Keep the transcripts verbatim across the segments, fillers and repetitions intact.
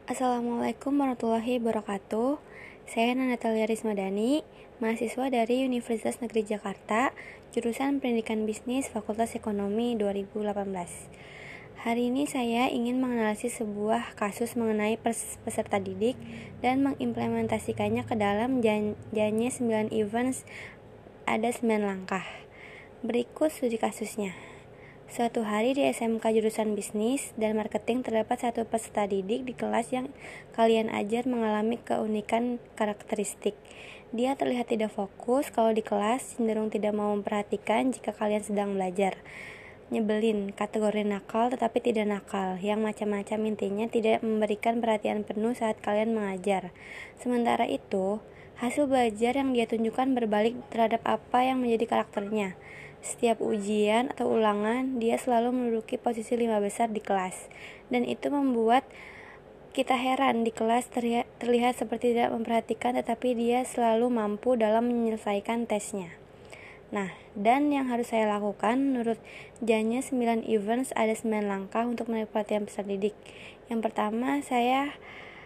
Assalamualaikum warahmatullahi wabarakatuh. Saya Natalia Rismadani, mahasiswa dari Universitas Negeri Jakarta, jurusan Pendidikan Bisnis Fakultas Ekonomi dua ribu delapan belas. Hari ini saya ingin menganalisis sebuah kasus mengenai peserta didik dan mengimplementasikannya ke dalam janji sembilan events ada sembilan langkah. Berikut studi kasusnya. Suatu hari di S M K jurusan bisnis dan marketing terdapat satu peserta didik di kelas yang kalian ajar mengalami keunikan karakteristik. Dia terlihat tidak fokus kalau di kelas, cenderung tidak mau memperhatikan jika kalian sedang belajar. Nyebelin, kategori nakal tetapi tidak nakal, yang macam-macam intinya tidak memberikan perhatian penuh saat kalian mengajar. Sementara itu, hasil belajar yang dia tunjukkan berbalik terhadap apa yang menjadi karakternya. Setiap ujian atau ulangan, dia selalu menduduki posisi lima besar di kelas, dan itu membuat kita heran. Di kelas terlihat, terlihat seperti tidak memperhatikan, tetapi dia selalu mampu dalam menyelesaikan tesnya. Nah, dan yang harus saya lakukan menurut janji sembilan events ada sembilan langkah untuk menarik perhatian peserta didik. Yang pertama, saya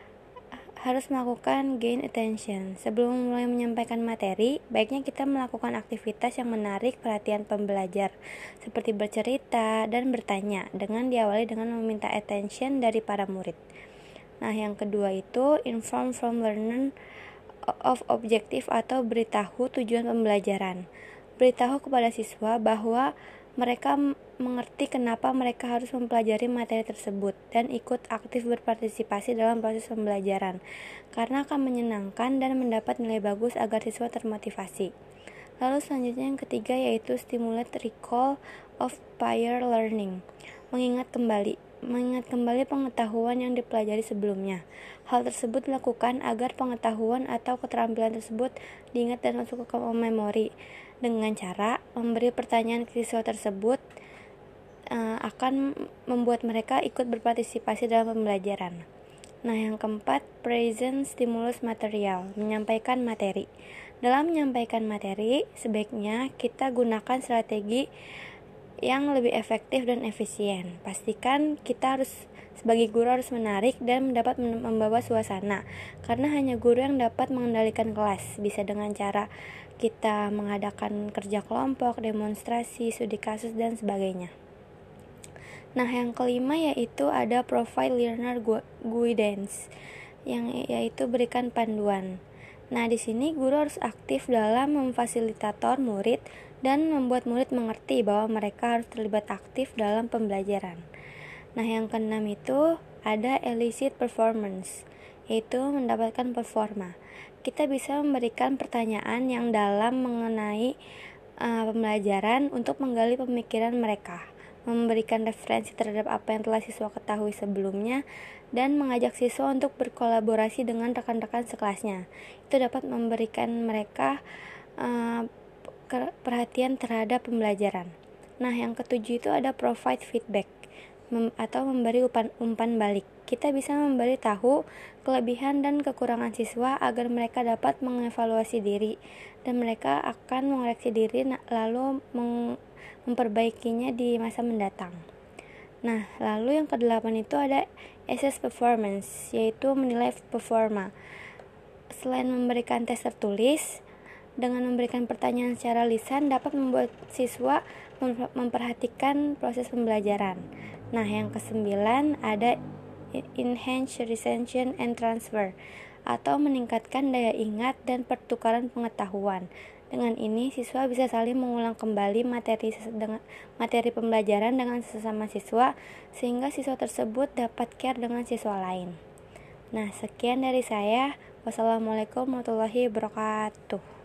harus melakukan gain attention. Sebelum mulai menyampaikan materi, baiknya kita melakukan aktivitas yang menarik perhatian pembelajar, seperti bercerita dan bertanya, dengan diawali dengan meminta attention dari para murid. Nah, yang kedua itu inform from learner of objective atau beritahu tujuan pembelajaran. Beritahu kepada siswa bahwa mereka mengerti kenapa mereka harus mempelajari materi tersebut dan ikut aktif berpartisipasi dalam proses pembelajaran, karena akan menyenangkan dan mendapat nilai bagus agar siswa termotivasi. Lalu selanjutnya yang ketiga yaitu stimulate recall of prior learning, mengingat kembali mengingat kembali pengetahuan yang dipelajari sebelumnya. Hal tersebut dilakukan agar pengetahuan atau keterampilan tersebut diingat dan masuk ke memori, dengan cara memberi pertanyaan ke siswa tersebut uh, akan membuat mereka ikut berpartisipasi dalam pembelajaran. Nah, yang keempat, present stimulus material, menyampaikan materi. Dalam menyampaikan materi, sebaiknya kita gunakan strategi yang lebih efektif dan efisien. Pastikan kita harus sebagai guru harus menarik dan dapat membawa suasana, karena hanya guru yang dapat mengendalikan kelas. Bisa dengan cara kita mengadakan kerja kelompok, demonstrasi, studi kasus, dan sebagainya. Nah, yang kelima yaitu ada provide learner guidance, yang yaitu berikan panduan. Nah, di sini guru harus aktif dalam memfasilitator murid dan membuat murid mengerti bahwa mereka harus terlibat aktif dalam pembelajaran. Nah, yang keenam itu ada elicit performance, yaitu mendapatkan performa. Kita bisa memberikan pertanyaan yang dalam mengenai uh, pembelajaran untuk menggali pemikiran mereka, memberikan referensi terhadap apa yang telah siswa ketahui sebelumnya, dan mengajak siswa untuk berkolaborasi dengan rekan-rekan sekelasnya. Itu dapat memberikan mereka uh, perhatian terhadap pembelajaran. Nah, yang ketujuh itu ada provide feedback mem- atau memberi umpan, umpan balik. Kita bisa memberi tahu kelebihan dan kekurangan siswa agar mereka dapat mengevaluasi diri, dan mereka akan mengoreksi diri lalu meng- memperbaikinya di masa mendatang. Nah, lalu yang kedelapan itu ada assess performance, yaitu menilai performa. Selain memberikan tes tertulis, dengan memberikan pertanyaan secara lisan dapat membuat siswa memperhatikan proses pembelajaran. Nah, yang kesembilan ada enhance retention and transfer, atau meningkatkan daya ingat dan pertukaran pengetahuan. Dengan ini siswa bisa saling mengulang kembali materi materi pembelajaran dengan sesama siswa, sehingga siswa tersebut dapat care dengan siswa lain. Nah, sekian dari saya. Wassalamualaikum warahmatullahi wabarakatuh.